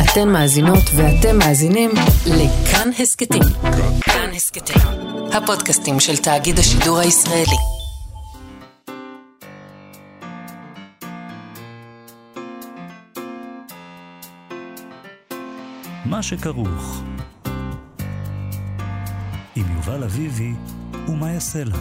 אתן מאזינות ואתם מאזינים לכאן הסקטים. כאן הסקטים, הפודקאסטים של תאגיד השידור הישראלי. מה שכרוך עם יובל אביבי ומה יעשה לה.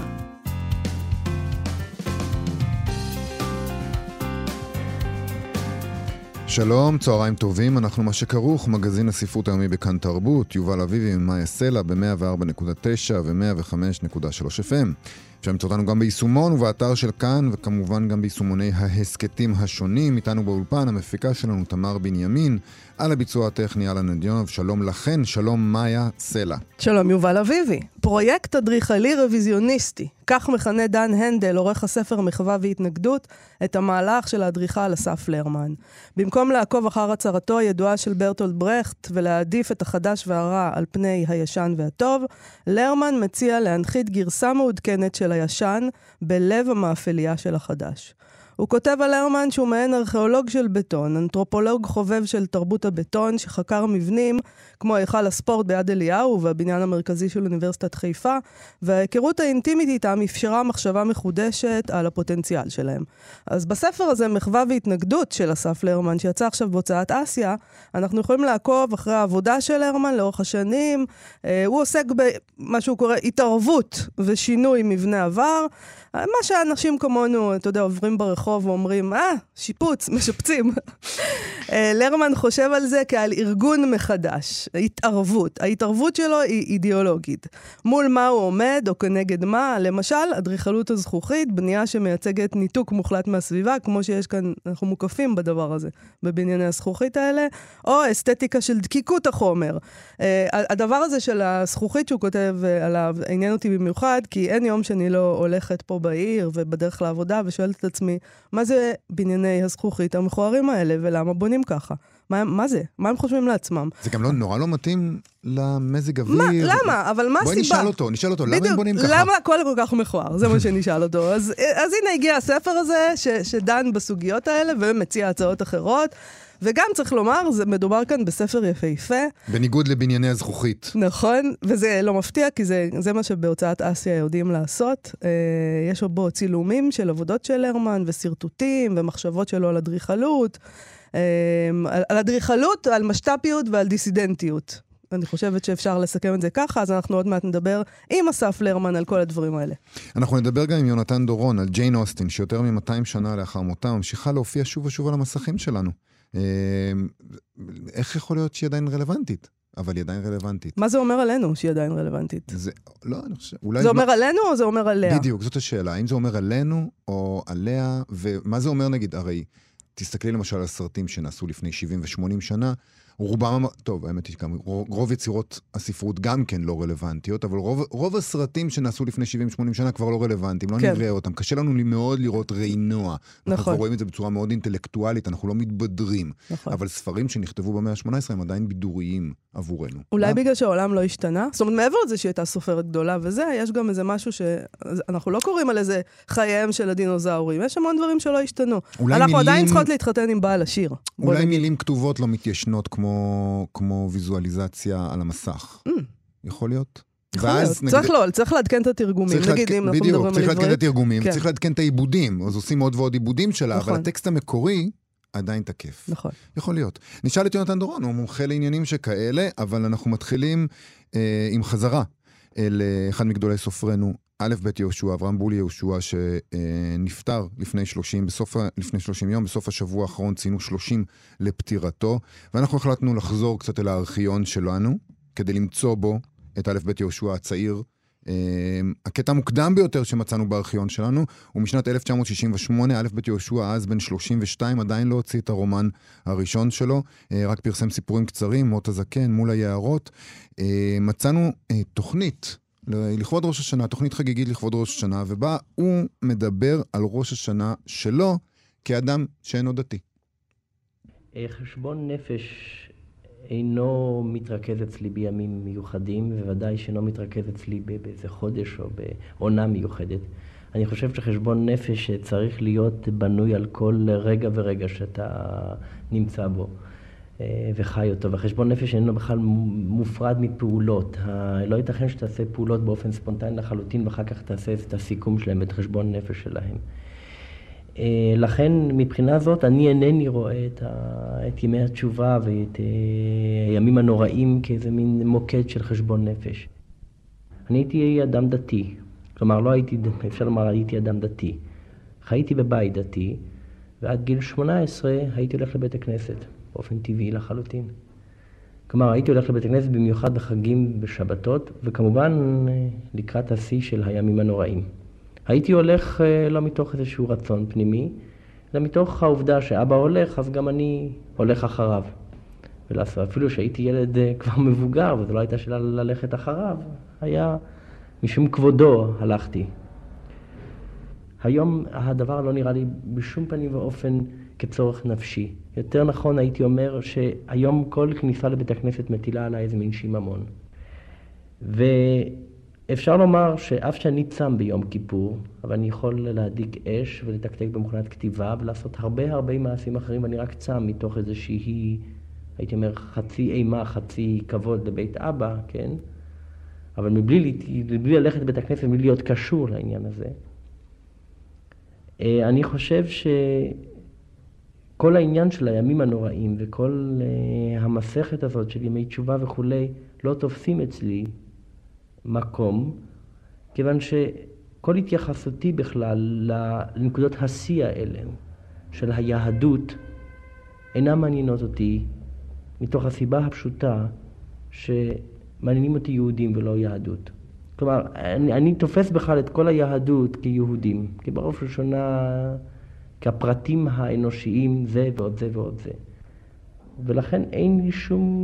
שלום, צהריים טובים, אנחנו מה שכרוך, מגזין הספרות היומי בכאן תרבות, יובל אביבי ומה יעשה לה ב-104.9 ו-105.3 FM. אפשר למצוא אותנו גם ביישומון ובאתר של כאן, וכמובן גם ביישומוני ההסקטים השונים. איתנו באולפן המפיקה שלנו תמר בנימין, על הביצוע הטכני אלן נדיונוב. שלום לכן, שלום מאיה סלע. שלום יובל אביבי. פרויקט אדריכלי רוויזיוניסטי, כך מכנה דן הנדל, עורך הספר מחווה והתנגדות, את המהלך של האדריכל אסף לרמן. במקום לעקוב אחר הצהרתו הידועה של ברטולד ברכט ולהעדיף את החדש והרע על פני הישן והטוב, לרמן מציע להנחית גרסה מעודכנת של הישן בלב המאפליה של החדש. הוא כותב על לרמן שהוא מעין ארכיאולוג של בטון, אנתרופולוג חובב של תרבות הבטון, שחקר מבנים כמו היכל הספורט ביד אליהו והבניין המרכזי של אוניברסיטת חיפה, וההיכרות האינטימית איתם אפשרה מחשבה מחודשת על הפוטנציאל שלהם. אז בספר הזה, מחווה והתנגדות של אסף לרמן, שיצא עכשיו בהוצאת אסיה, אנחנו יכולים לעקוב אחרי העבודה של לרמן לאורך השנים. הוא עוסק במה שהוא קורא התערבות ושינוי מבנה עבר, מה שאנשים כמונו, אתה יודע, עוברים ברחוב ואומרים, שיפוץ, משפצים. לרמן חושב על זה כעל ארגון מחדש, התערבות. ההתערבות שלו היא אידיאולוגית. מול מה הוא עומד או כנגד מה, למשל, אדריכלות הזכוכית, בנייה שמייצגת ניתוק מוחלט מהסביבה, כמו שיש כאן, אנחנו מוקפים בדבר הזה, בבנייני הזכוכית האלה, או אסתטיקה של דקיקות החומר. הדבר הזה של הזכוכית שהוא כותב עליו, עניין אותי במיוחד, כי אין יום שאני לא הולכת פה בעיר ובדרך לעבודה ושואלת את עצמי, מה זה בנייני הזכוכית המכוערים האלה ולמה בונים ככה? מה זה? מה הם חושבים לעצמם? זה גם נורא לא מתאים למזג אוויר. למה? אבל מה הסיבה? בואי נשאל אותו, למה הם בונים ככה? למה הכל כל כך מכוער? זה מה שנשאל אותו. אז הנה הגיע הספר הזה שדן בסוגיות האלה ומציע הצעות אחרות. וגם צריך לומר, מדובר כאן בספר יפהפה. בניגוד לבנייני הזכוכית. נכון, וזה לא מפתיע, כי זה מה שבהוצאת אסיה יודעים לעשות. יש בו צילומים של עבודות של לרמן, וסרטוטים, ומחשבות שלו על אדריכלות. על אדריכלות, על משטפיות ועל דיסידנטיות. אני חושבת שאפשר לסכם את זה ככה, אז אנחנו עוד מעט נדבר עם אסף לרמן על כל הדברים האלה. אנחנו נדבר גם עם יונתן דורון, על ג'יין אוסטין, שיותר מ-200 שנה לאחר מותה, ממשיכה להופיע שוב ושוב על המסכים שלנו. איך יכול להיות שהיא עדיין רלוונטית? אבל היא עדיין רלוונטית. מה זה אומר עלינו שהיא עדיין רלוונטית? לא, אני חושב... זה אומר עלינו או זה אומר עליה? בדיוק, זאת השאלה. האם זה אומר עלינו או עליה, ומה זה אומר נגיד, הרי תסתכלי למשל על סרטים שנעשו לפני 70 ו-80 שנה, רובם, טוב, האמת היא גם, רוב יצירות הספרות גם כן לא רלוונטיות, אבל רוב הסרטים שנעשו לפני 70-80 שנה כבר לא רלוונטיים, לא נראה אותם. קשה לנו מאוד לראות רעינוע. אנחנו כבר רואים את זה בצורה מאוד אינטלקטואלית, אנחנו לא מתבדרים. אבל ספרים שנכתבו במאה ה-18 הם עדיין בידוריים עבורנו. אולי בגלל שהעולם לא השתנה? זאת אומרת, מעבר לזה שהיא הייתה סופרת גדולה וזה, יש גם איזה משהו שאנחנו לא קוראים על איזה חייהם של הדינוזאורים. יש המון דברים שלא השתנו. אנחנו עדיין צריכות להתחתן עם בעל השיר. אולי מילים כתובות לא מתיישנות כמו ויזואליזציה על המסך. יכול להיות? צריך לעדכן את התרגומים. בדיוק, צריך לעדכן את התרגומים, צריך לעדכן את העיבודים, אז עושים עוד ועוד עיבודים שלה, אבל הטקסט המקורי עדיין תקף. נכון. יכול להיות. נשאל את יונתן דורון, הוא מומחה לעניינים שכאלה, אבל אנחנו מתחילים עם חזרה לאחד מגדולי סופרנו, א' ב' יהושע, אברהם בולי יהושע, שנפטר לפני 30 יום, בסוף השבוע האחרון ציינו 30 לפטירתו, ואנחנו החלטנו לחזור קצת אל הארכיון שלנו, כדי למצוא בו את א' ב' יהושע הצעיר. הקטע המוקדם ביותר שמצאנו בארכיון שלנו, הוא משנת 1968, א' ב' יהושע אז בן 32, עדיין לא הוציא את הרומן הראשון שלו, רק פרסם סיפורים קצרים, מות הזקן, מול היערות. מצאנו תוכנית, לכבוד ראש השנה, תוכנית חגיגית לכבוד ראש השנה, ובה הוא מדבר על ראש השנה שלו כאדם שאינו דתי. חשבון נפש אינו מתרכז אצלי בימים מיוחדים, וודאי שאינו מתרכז אצלי באיזה חודש או בעונה מיוחדת. אני חושב שחשבון נפש צריך להיות בנוי על כל רגע ורגע שאתה נמצא בו. וחי אותו, וחשבון נפש אינו בכלל מופרד מפעולות. לא ייתכן שתעשה פעולות באופן ספונטני לחלוטין, ואחר כך תעשה את הסיכום שלהם, את חשבון נפש שלהם. לכן, מבחינה זאת, אני אינני רואה את ימי התשובה ואת הימים הנוראים כאיזה מין מוקד של חשבון נפש. אני הייתי אדם דתי, כלומר, לא הייתי, אפשר לומר, הייתי אדם דתי. חייתי בבית דתי, ועד גיל 18 הייתי הולך לבית הכנסת, באופן טבעי לחלוטין. כלומר, הייתי הולך לבית הכנסת במיוחד בחגים בשבתות, וכמובן לקראת השיא של הימים הנוראים. הייתי הולך לא מתוך איזשהו רצון פנימי, אלא מתוך העובדה שאבא הולך, אז גם אני הולך אחריו. אפילו שהייתי ילד כבר מבוגר, וזו לא הייתה שאלה ללכת אחריו, היה משום כבודו הלכתי. היום הדבר לא נראה לי בשום פנים ואופן כצורך נפשי. יותר נכון הייתי אומר שהיום כל כניסה לבית הכנסת מטילה עליי איזה מין שיממון. ואפשר לומר שאף שאני צם ביום כיפור, אבל אני יכול להדליק אש ולתקתק במכונת כתיבה ולעשות הרבה מעשים אחרים, ואני רק צם מתוך איזושהי, הייתי אומר, חצי אימה, חצי כבוד לבית אבא, כן? אבל מבלי ללכת לבית הכנסת, מבלי להיות קשור לעניין הזה. אני חושב שכל העניין של הימים הנוראים וכל המסכת הזאת של ימי תשובה וכולי לא תופסים אצלי מקום, כיוון שכל התייחסותי בכלל לנקודות השיא האלה של היהדות אינם מעניינות אותי מתוך הסיבה הפשוטה שמעניינים אותי יהודים ולא יהדות. כלומר, אני תופס בכלל את כל היהדות כיהודים, כי בראש ראשונה כפרטים האנושיים זה ועוד זה ועוד זה. ולכן אין לי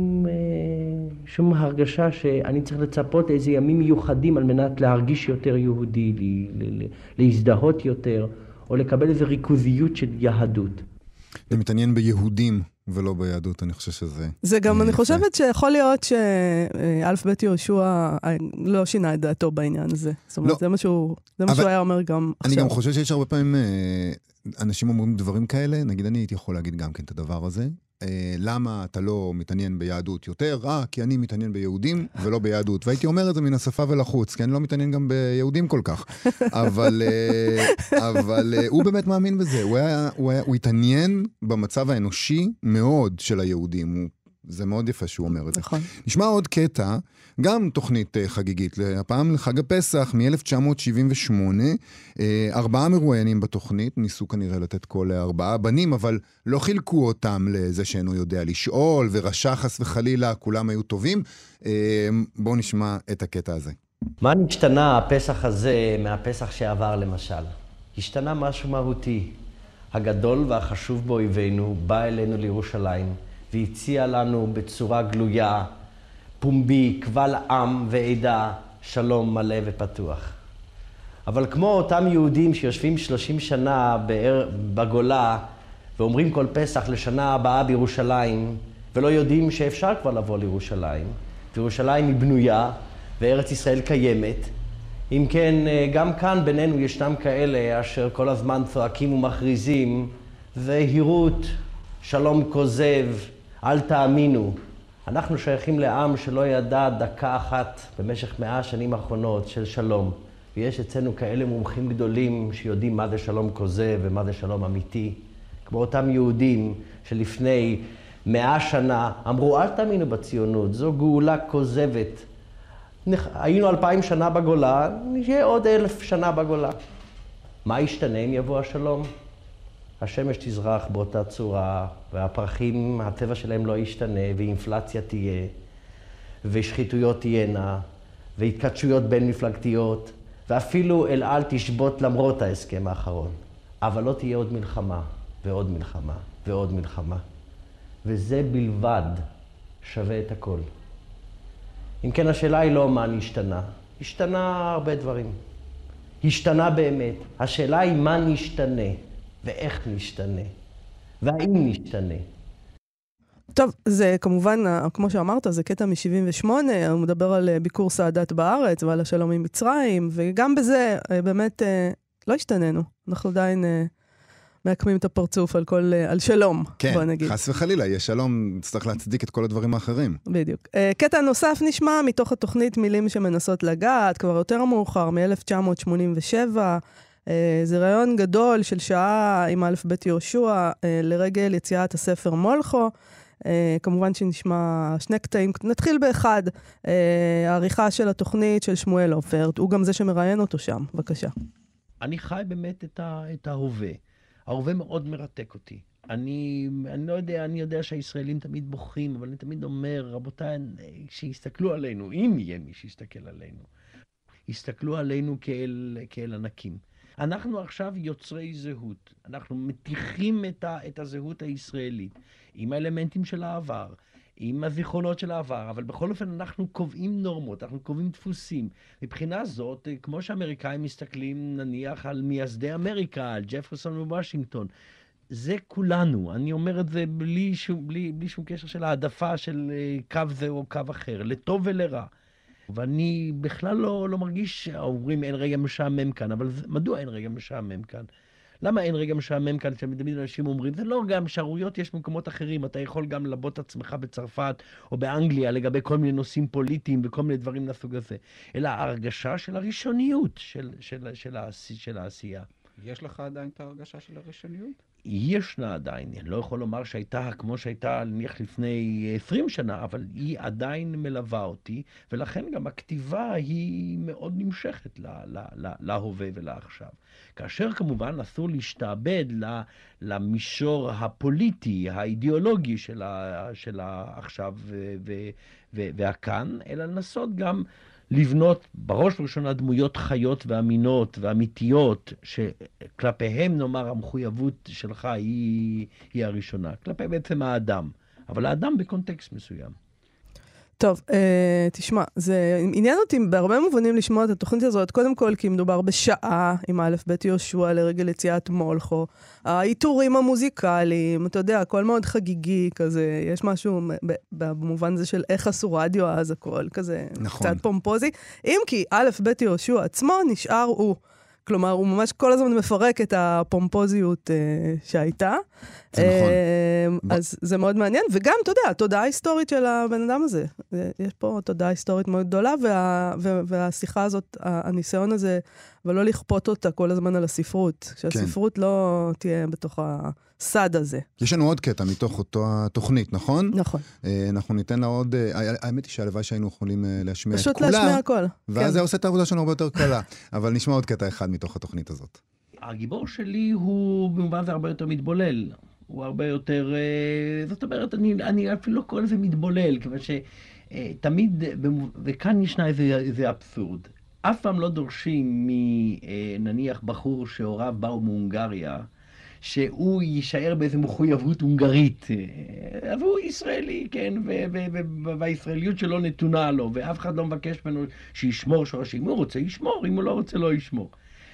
שום הרגשה שאני צריך לצפות איזה ימים מיוחדים על מנת להרגיש יותר יהודי, להזדהות יותר, או לקבל איזו ריכוזיות של יהדות. אני מתעניין ביהודים ולא ביהדות, אני חושב שזה... זה גם, אני חושבת שיכול להיות שאלף בית יהושע לא שינה את דעתו בעניין הזה. זאת אומרת, זה מה שהוא היה אומר גם עכשיו. אני גם חושב שיש הרבה פעמים אנשים אומרים דברים כאלה, נגיד אני הייתי יכול להגיד גם כן את הדבר הזה. למה אתה לא מתעניין ביהדות יותר? כי אני מתעניין ביהודים ולא ביהדות. והייתי אומר את זה מן השפה ולחוץ, כי אני לא מתעניין גם ביהודים כל כך. אבל הוא באמת מאמין בזה. הוא התעניין במצב האנושי מאוד של היהודים. זה מאוד יפה שהוא אומר את זה. נכון. נשמע עוד קטע, גם תוכנית חגיגית, הפעם לחג הפסח מ-1978, 4 מרואיינים בתוכנית, ניסו כנראה לתת כל 4 בנים, אבל לא חילקו אותם לזה שאינו יודע לשאול, ורשע חס וחלילה, כולם היו טובים. בואו נשמע את הקטע הזה. מה נשתנה הפסח הזה מהפסח שעבר למשל? השתנה משהו מהותי. הגדול והחשוב באויבינו בא אלינו לירושלים, והציע לנו בצורה גלויה, פומבי, קבל עם ועדה, שלום מלא ופתוח. אבל כמו אותם יהודים שיושבים 30 שנה בגולה, ואומרים כל פסח לשנה הבאה בירושלים, ולא יודעים שאפשר כבר לבוא לירושלים, וירושלים היא בנויה, וארץ ישראל קיימת, אם כן, גם כאן בינינו ישנם כאלה אשר כל הזמן צועקים ומכריזים, זהירות, שלום כוזב, אל תאמינו. אנחנו שייכים לעם שלא ידע דקה אחת במשך 100 שנים האחרונות של שלום. ויש אצלנו כאלה מומחים גדולים שיודעים מה זה שלום כוזב ומה זה שלום אמיתי. כמו אותם יהודים שלפני 100 שנה אמרו, אל תאמינו בציונות, זו גאולה כוזבת. היינו 2000 שנה בגולה, נהיה עוד 1000 שנה בגולה. מה ישתנה אם יבוא השלום? השמש תזרח באותה צורה, והפרחים, הטבע שלהם לא ישתנה, ואינפלציה תהיה, ושחיתויות תהיינה, והתקדשויות בין מפלגתיות, ואפילו אל על תשבות למרות ההסכם האחרון. אבל לא תהיה עוד מלחמה, ועוד מלחמה, ועוד מלחמה. וזה בלבד שווה את הכל. אם כן, השאלה היא לא מה נשתנה. השתנה הרבה דברים. השתנה באמת. השאלה היא מה נשתנה. ואיך נשתנה, והאם נשתנה. טוב, זה כמובן, כמו שאמרת, זה קטע מ-78, הוא מדבר על ביקור סאדאת בארץ ועל השלום עם מצרים, וגם בזה באמת לא השתננו. אנחנו עדיין מעקמים את הפרצוף על שלום, כן, בוא נגיד. חס וחלילה, יש שלום, צריך להצדיק את כל הדברים האחרים. בדיוק. קטע נוסף נשמע מתוך התוכנית מילים שמנסות לגעת, כבר יותר מאוחר, מ-1987, זה רעיון גדול של שעה עם א' ב' יהושע, לרגל יציאת הספר מולכו, כמובן שנשמע שני קטעים, נתחיל באחד, העריכה של התוכנית של שמואל אופרט, הוא גם זה שמראיין אותו שם, בבקשה. אני חי באמת את ההווה. ההווה מאוד מרתק אותי. אני לא יודע, אני יודע שהישראלים תמיד בוכים, אבל אני תמיד אומר, רבותיי, שיסתכלו עלינו, אם יהיה מי שיסתכל עלינו, יסתכלו עלינו כאל ענקים. אנחנו עכשיו יוצרי זהות. אנחנו מתיחים את הזהות הישראלית, עם האלמנטים של העבר, עם הזיכרונות של העבר, אבל בכל אופן אנחנו קובעים נורמות, אנחנו קובעים דפוסים. מבחינה זאת, כמו שאמריקאים מסתכלים נניח על מייסדי אמריקה, על ג'פרסון ווושינגטון, זה כולנו. אני אומר את זה בלי שום קשר של העדפה של קו זה או קו אחר, לטוב ולרע. ואני בכלל לא מרגיש שאומרים אין רגע משעמם כאן, אבל מדוע אין רגע משעמם כאן? למה אין רגע משעמם כאן? תמיד אנשים אומרים, זה לא גם שערוריות יש במקומות אחרים, אתה יכול גם לבוא עצמך בצרפת או באנגליה לגבי כל מיני נושאים פוליטיים וכל מיני דברים לסוג הזה, אלא ההרגשה של הראשוניות של העשייה. יש לך עדיין את ההרגשה של הראשוניות? ישנה עדיין, אני לא יכול לומר שהייתה כמו שהייתה נניח לפני 20 שנה, אבל היא עדיין מלווה אותי, ולכן גם הכתיבה היא מאוד נמשכת להווה ולעכשיו. כאשר כמובן אסור להשתעבד למישור הפוליטי, האידיאולוגי של העכשיו והכאן, אלא לנסות גם לבנות בראש ובראשונה דמויות חיות ואמינות ואמיתיות, שכלפיהם נאמר המחויבות שלך היא הראשונה, כלפי בעצם האדם, אבל האדם בקונטקסט מסוים. טוב, תשמע, זה עניין אותי בהרבה מובנים לשמוע את התוכנית הזאת, קודם כל כי מדובר בשעה עם א' ב' יהושע לרגל יציאת מולכו, העיטורים המוזיקליים, אתה יודע, הכל מאוד חגיגי כזה, יש משהו במובן הזה של איך עשו רדיו אז הכל כזה, נכון. קצת פומפוזי, אם כי א' ב' יהושע עצמו נשאר הוא. כלומר, הוא ממש כל הזמן מפרק את הפומפוזיות שהייתה. זה נכון. אז זה מאוד מעניין, וגם, אתה יודע, התודעה ההיסטורית של הבן אדם הזה. יש פה תודעה היסטורית מאוד גדולה, והשיחה הזאת, הניסיון הזה, אבל לא לכפות אותה כל הזמן על הספרות, שהספרות לא תהיה בתוך הסד הזה. יש לנו עוד קטע מתוך אותו התוכנית, נכון? נכון. אנחנו ניתן לה עוד, האמת היא שהלוואי שהיינו יכולים להשמיע את כולה. פשוט להשמיע הכל. ואז זה עושה את העבודה שלנו הרבה יותר קלה. אבל נשמע עוד קטע אחד מתוך התוכנית הזאת. הגיבור שלי הוא במובן זה הרבה יותר מתבולל. הוא הרבה יותר, זאת אומרת, אני אפילו לא קורא לזה מתבולל, כיוון שתמיד, וכאן ישנה איזה אבסורד. אף פעם לא דורשים מנניח בחור שהוריו באו מהונגריה, שהוא יישאר באיזו מחויבות הונגרית. אבל הוא ישראלי, כן, והישראליות שלו נתונה לו, ואף אחד לא מבקש ממנו שישמור שורשים. אם הוא רוצה, ישמור, אם הוא לא רוצה, לא ישמור.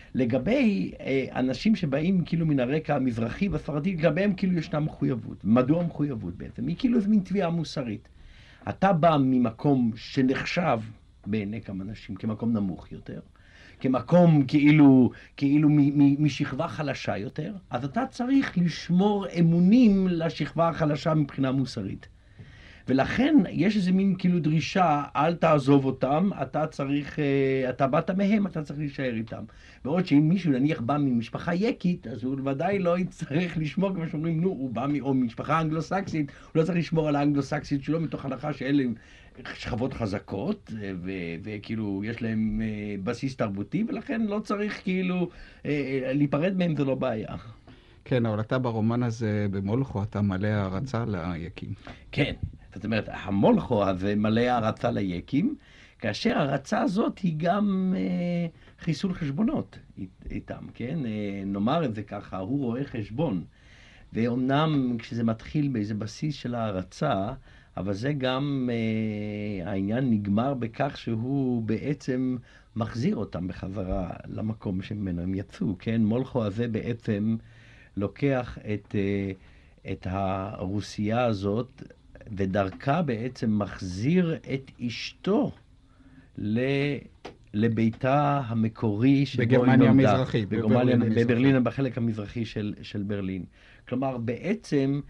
לגבי אנשים שבאים כאילו מן הרקע המזרחי והספרדי, לגביהם כאילו ישנה מחויבות. מדוע מחויבות בעצם? היא כאילו איזו מין תביעה מוסרית. אתה בא ממקום שנחשב בעיני כמה אנשים כמקום נמוך יותר, כמקום כאילו משכבה חלשה יותר, אז אתה צריך לשמור אמונים לשכבה החלשה מבחינה מוסרית. ולכן יש איזה מין כאילו דרישה, אל תעזוב אותם, אתה באת מהם, אתה צריך להישאר איתם. בעוד שאם מישהו נניח בא ממשפחה יקית, אז הוא ודאי לא יצטרך לשמור, כמו שאומרים, הוא בא ממשפחה אנגלו-סקסית, הוא לא צריך לשמור על האנגלו-סקסית שלו, מתוך הנחה שאלה שכבות חזקות, וכאילו יש להם בסיס תרבותי, ולכן לא צריך כאילו להיפרד מהם, זה לא בעיה. כן, אבל אתה ברומן הזה במולכו, אתה מלא הערצה ליקים. כן. זאת אומרת, המולכו הזה מלא הערצה ליקים, כאשר ההרצה הזאת היא גם חיסול חשבונות איתם, כן? נאמר את זה ככה, הוא רואה חשבון. ואומנם כשזה מתחיל באיזה בסיס של ההרצה, אבל זה גם העניין נגמר בכך שהוא בעצם מחזיר אותם בחזרה למקום שממנו הם יצאו, כן? מולכו הזה בעצם לוקח את הרוסיה הזאת, ודרכה בעצם מחזיר את אשתו לביתה המקורי שבו היא נולדה. בגרמניה המזרחית. בברלין, בחלק המזרחי של ברלין. כלומר, בעצם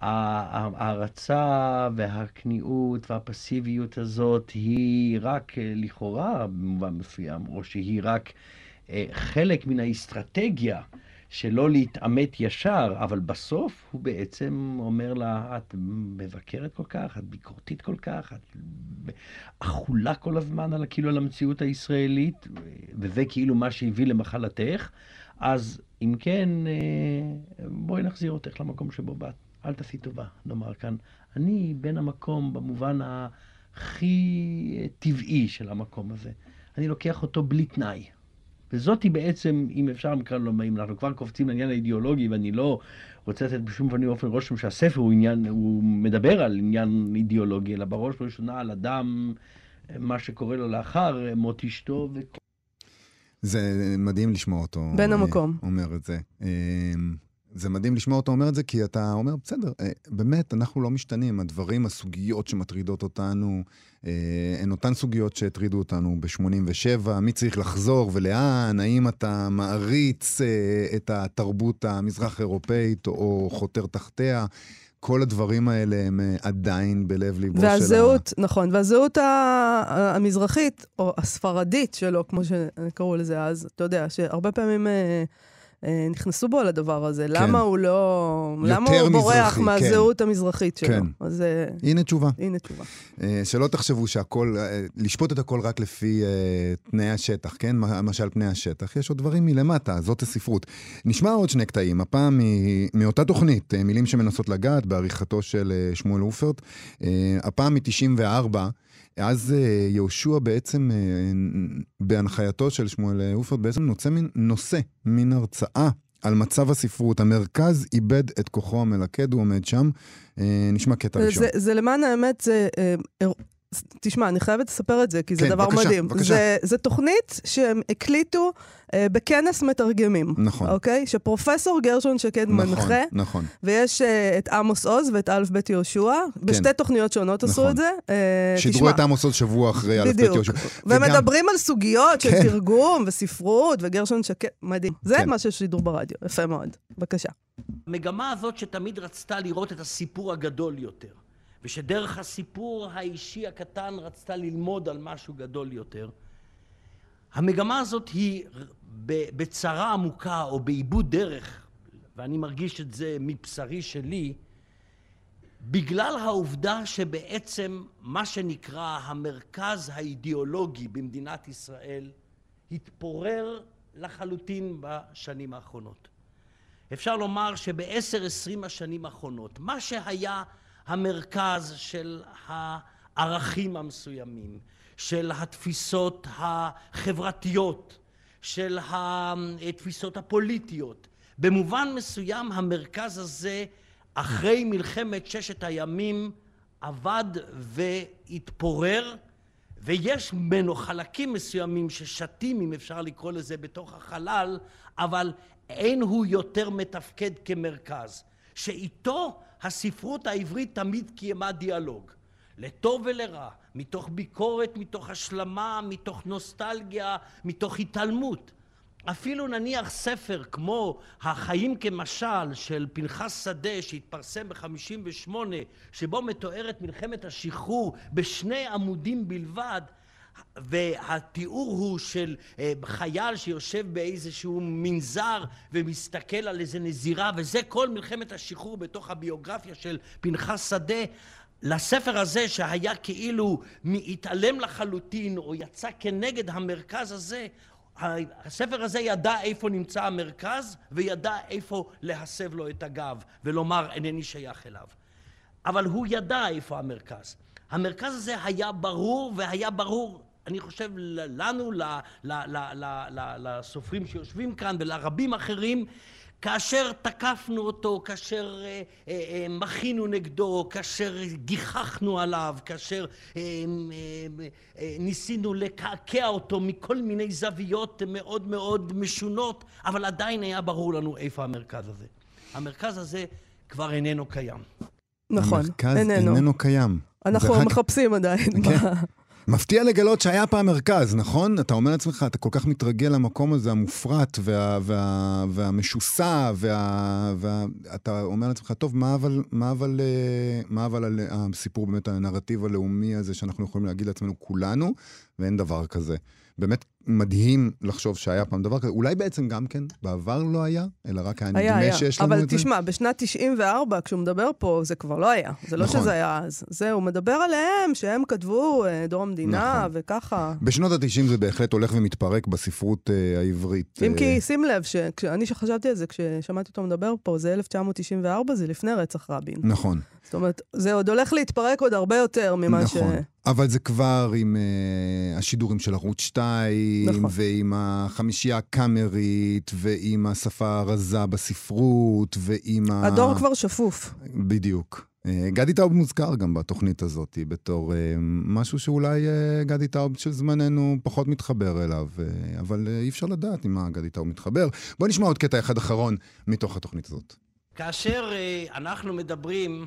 ההרצה והכניעות והפסיביות הזאת היא רק לכאורה במובן מסוים, או שהיא רק חלק מן האסטרטגיה שלא להתאמת ישר, אבל בסוף הוא בעצם אומר לה, את מבקרת כל כך, את ביקורתית כל כך, את אכולה כל הזמן כאילו על המציאות הישראלית, וזה כאילו מה שהביא למחלתך, אז אם כן, בואי נחזיר אותך למקום שבו באת. אל תעשי טובה, נאמר כאן. אני בן המקום במובן הכי טבעי של המקום הזה. אני לוקח אותו בלי תנאי. וזאת היא בעצם, אם אפשר מכאן לומר, אם אנחנו כבר קופצים לעניין האידיאולוגי, ואני לא רוצה לתת בשום פנים ואופן רושם שהספר הוא מדבר על עניין אידיאולוגי, אלא בראש ובראשונה על אדם, מה שקורה לו לאחר מות אשתו. זה מדהים לשמוע אותו. בן המקום. אומר את זה. זה מדהים לשמוע אותו אומר את זה, כי אתה אומר, בסדר, באמת, אנחנו לא משתנים. הדברים, הסוגיות שמטרידות אותנו, הן אותן סוגיות שהטרידו אותנו ב-87, מי צריך לחזור ולאן, האם אתה מעריץ את התרבות המזרח אירופאית או חותר תחתיה, כל הדברים האלה הם עדיין בלב ליבו והזהות, נכון, והזהות המזרחית, או הספרדית שלו, כמו שקראו לזה אז, אתה יודע, שהרבה פעמים נכנסו בו על הדבר הזה. כן. למה הוא לא... למה הוא בורח מהזהות כן. המזרחית שלו? כן. אז... הנה תשובה. הנה תשובה. שלא תחשבו שהכל... לשפוט את הכל רק לפי תנאי השטח, כן? למשל פני השטח. יש עוד דברים מלמטה, זאת הספרות. נשמע עוד שני קטעים, הפעם מאותה תוכנית, מילים שמנסות לגעת, בעריכתו של שמואל אופרט. הפעם מ-94, אז יהושע בעצם, בהנחייתו של שמואל אופרט, בעצם נושא מן הרצאה על מצב הספרות. המרכז איבד את כוחו המלכד, הוא עומד שם. נשמע קטע ראשון. זה למען האמת, זה... תשמע, אני חייבת לספר את זה, כי זה דבר בבקשה, מדהים. בבקשה. זה תוכנית שהם הקליטו בכנס מתרגמים. נכון. אוקיי? שפרופסור גרשון שקד מנחה. נכון. ויש את עמוס עוז ואת א' ב' יהושע. בשתי תוכניות שונות עשו את זה. שידרו את עמוס עוז שבוע אחרי א' ב' יהושע. ומדברים על סוגיות של תרגום וספרות, וגרשון שקד, מדהים. זה מה ששידרו ברדיו. יפה מאוד. בבקשה. המגמה הזאת שתמיד רצתה לראות את הסיפור הגדול יותר. ושדרך הסיפור האישי הקטן רצתה ללמוד על משהו גדול יותר. המגמה הזאת היא בצרה עמוקה או באיבוד דרך, ואני מרגיש את זה מבשרי שלי, בגלל העובדה שבעצם מה שנקרא המרכז האידיאולוגי במדינת ישראל התפורר לחלוטין בשנים האחרונות. אפשר לומר שב-10-20 השנים האחרונות, מה שהיה המרכז של הערכים המסוימים, של התפיסות החברתיות, של התפיסות הפוליטיות. במובן מסוים המרכז הזה אחרי מלחמת ששת הימים עבד והתפורר, ויש ממנו חלקים מסוימים ששתים, אם אפשר לקרוא לזה, בתוך החלל, אבל אין הוא יותר מתפקד כמרכז, שאיתו הספרות העברית תמיד קיימה דיאלוג, לטוב ולרע, מתוך ביקורת, מתוך השלמה, מתוך נוסטלגיה, מתוך התעלמות. אפילו נניח ספר כמו החיים כמשל של פנחס שדה שהתפרסם ב-58, שבו מתוארת מלחמת השחרור בשני עמודים בלבד, והתיאור הוא של חייל שיושב באיזשהו מנזר ומסתכל על איזה נזירה, וזה כל מלחמת השחרור בתוך הביוגרפיה של פנחס שדה. לספר הזה שהיה כאילו מתעלם לחלוטין או יצא כנגד המרכז הזה, הספר הזה ידע איפה נמצא המרכז וידע איפה להסב לו את הגב ולומר אינני שייך אליו. אבל הוא ידע איפה המרכז. המרכז הזה היה ברור, והיה ברור, אני חושב, לנו, לסופרים שיושבים כאן ולרבים אחרים, כאשר תקפנו אותו, כאשר מחינו נגדו, כאשר גיחכנו עליו, כאשר ניסינו לקעקע אותו מכל מיני זוויות מאוד מאוד משונות, אבל עדיין היה ברור לנו איפה המרכז הזה. המרכז הזה כבר איננו קיים. נכון, המרכז איננו קיים. אנחנו מחפשים עדיין. מפתיע לגלות שהיה פעם מרכז, נכון? אתה אומר לעצמך, אתה כל כך מתרגל למקום הזה, המופרט והמשוסע, ואתה אומר לעצמך, טוב, מה אבל על הסיפור באמת, הנרטיב הלאומי הזה, שאנחנו יכולים להגיד לעצמנו כולנו, ואין דבר כזה. באמת מדהים לחשוב שהיה פעם דבר כזה. אולי בעצם גם כן, בעבר לא היה, אלא רק היה נדמה שיש לנו את זה. אבל תשמע, בשנת 94, כשהוא מדבר פה, זה כבר לא היה. זה לא שזה היה אז. זה, הוא מדבר עליהם, שהם כתבו דרום המדינה וככה. בשנות ה-90 זה בהחלט הולך ומתפרק בספרות העברית. אם כי שים לב, כשאני שחשבתי על זה, כששמעתי אותו מדבר פה, זה 1994, זה לפני רצח רבין. נכון. זאת אומרת, זה עוד הולך להתפרק עוד הרבה יותר ממה נכון. אבל זה כבר עם השידורים של ערוץ 2, נכון. ועם החמישייה הקאמרית, ועם השפה הרזה בספרות, ועם הדור כבר שפוף. בדיוק. גדי טאוב מוזכר גם בתוכנית הזאת, בתור משהו שאולי גדי טאוב של זמננו פחות מתחבר אליו, אבל אי אפשר לדעת עם מה גדי טאוב מתחבר. בוא נשמע עוד קטע אחד אחרון מתוך התוכנית הזאת. כאשר אנחנו מדברים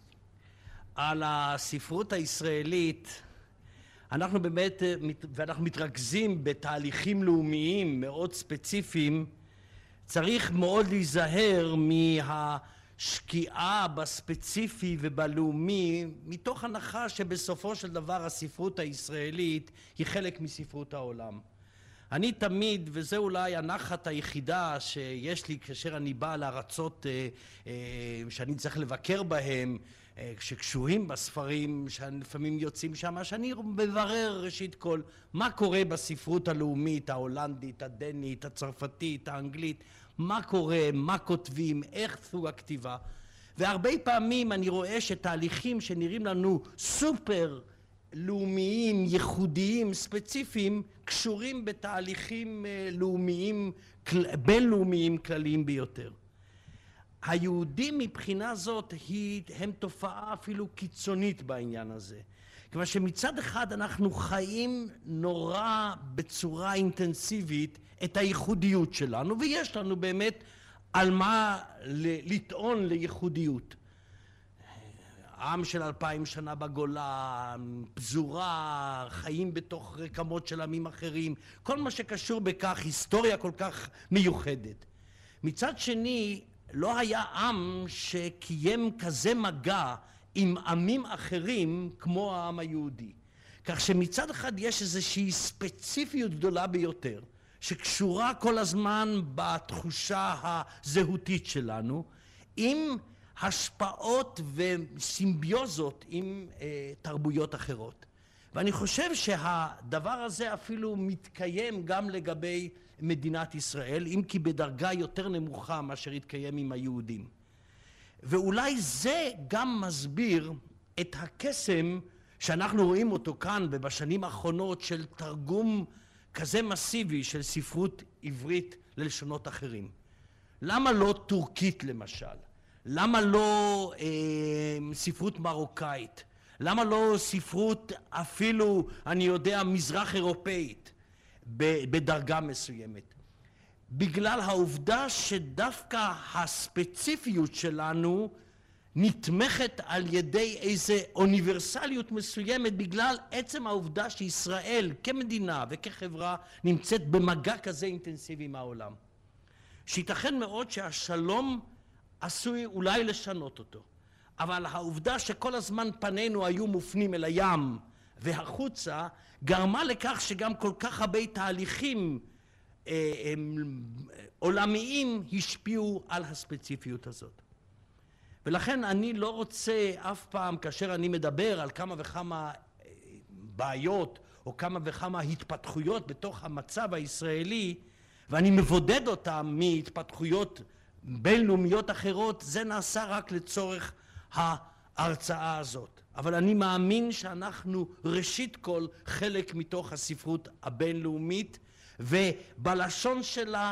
על הספרות הישראלית, אנחנו באמת, ואנחנו מתרכזים בתהליכים לאומיים מאוד ספציפיים, צריך מאוד להיזהר מהשקיעה בספציפי ובלאומי, מתוך הנחה שבסופו של דבר הספרות הישראלית היא חלק מספרות העולם. אני תמיד, וזה אולי הנחת היחידה שיש לי כאשר אני בא לארצות שאני צריך לבקר בהם, שקשורים בספרים שלפעמים יוצאים שם, שאני מברר ראשית כל מה קורה בספרות הלאומית, ההולנדית, הדנית, הצרפתית, האנגלית, מה קורה, מה כותבים, איך סוג הכתיבה. והרבה פעמים אני רואה שתהליכים שנראים לנו סופר לאומיים, ייחודיים, ספציפיים, קשורים בתהליכים לאומיים, בינלאומיים כלליים ביותר. היהודים מבחינה זאת הם תופעה אפילו קיצונית בעניין הזה. כיוון שמצד אחד אנחנו חיים נורא בצורה אינטנסיבית את הייחודיות שלנו, ויש לנו באמת על מה לטעון לייחודיות. עם של 2000 שנה בגולן, פזורה, חיים בתוך רקמות של עמים אחרים, כל מה שקשור בכך, היסטוריה כל כך מיוחדת. מצד שני, לא היה עם שקיים כזה מגע עם עמים אחרים כמו העם היהודי. כך שמצד אחד יש איזושהי ספציפיות גדולה ביותר, שקשורה כל הזמן בתחושה הזהותית שלנו, עם השפעות וסימביוזות עם תרבויות אחרות. ואני חושב שהדבר הזה אפילו מתקיים גם לגבי מדינת ישראל, אם כי בדרגה יותר נמוכה מאשר התקיים עם היהודים. ואולי זה גם מסביר את הקסם שאנחנו רואים אותו כאן ובשנים האחרונות של תרגום כזה מסיבי של ספרות עברית ללשונות אחרים. למה לא טורקית למשל? למה לא ספרות מרוקאית? למה לא ספרות אפילו, אני יודע, מזרח אירופאית בדרגה מסוימת? בגלל העובדה שדווקא הספציפיות שלנו נתמכת על ידי איזה אוניברסליות מסוימת, בגלל עצם העובדה שישראל כמדינה וכחברה נמצאת במגע כזה אינטנסיבי עם העולם. שייתכן מאוד שהשלום עשוי אולי לשנות אותו, אבל העובדה שכל הזמן פנינו היו מופנים אל הים והחוצה, גרמה לכך שגם כל כך הרבה תהליכים עולמיים השפיעו על הספציפיות הזאת. ולכן אני לא רוצה אף פעם, כאשר אני מדבר על כמה וכמה בעיות או כמה וכמה התפתחויות בתוך המצב הישראלי, ואני מבודד אותם מהתפתחויות בינלאומיות אחרות, זה נעשה רק לצורך ההרצאה הזאת. אבל אני מאמין שאנחנו ראשית כל חלק מתוך הספרות הבינלאומית, ובלשון שלה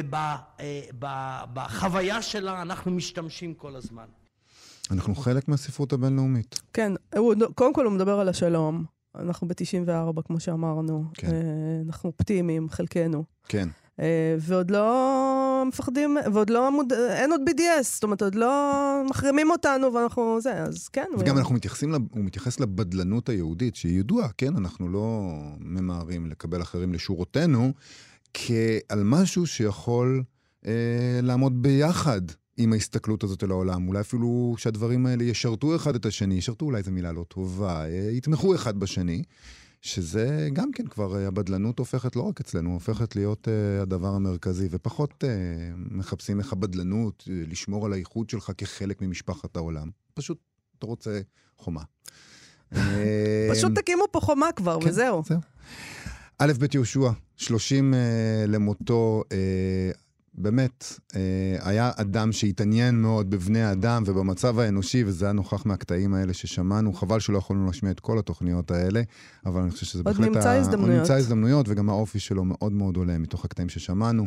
ובחוויה שלה אנחנו משתמשים כל הזמן. אנחנו חלק מהספרות הבינלאומית. כן, קודם כל הוא מדבר על השלום. אנחנו ב-94, כמו שאמרנו. כן. אנחנו אופטימיים, חלקנו. כן. ועוד לא מפחדים, אין עוד BDS, זאת אומרת, עוד לא מחרימים אותנו, ואנחנו זה, אז כן. וגם הוא מתייחס לבדלנות היהודית, שהיא ידועה, כן? אנחנו לא ממהרים לקבל אחרים לשורותינו, כעל משהו שיכול לעמוד ביחד עם ההסתכלות הזאת על העולם. אולי אפילו שהדברים האלה ישרתו אחד את השני, ישרתו אולי זו מילה לא טובה, יתמכו אחד בשני, שזה גם כן כבר, הבדלנות הופכת לא רק אצלנו, הופכת להיות הדבר המרכזי, ופחות מחפשים איך הבדלנות, לשמור על האיחוד שלך כחלק ממשפחת העולם. פשוט אתה רוצה חומה. פשוט תקימו פה חומה כבר, וזהו. א' ב' יהושע, 30 למותו, באמת, היה אדם שהתעניין מאוד בבני האדם ובמצב האנושי, וזה היה נוכח מהקטעים האלה ששמענו. חבל שלא יכולנו להשמיע את כל התוכניות האלה, אבל אני חושב שזה בהחלט... עוד נמצא הזדמנויות, וגם האופי שלו מאוד מאוד עולה מתוך הקטעים ששמענו.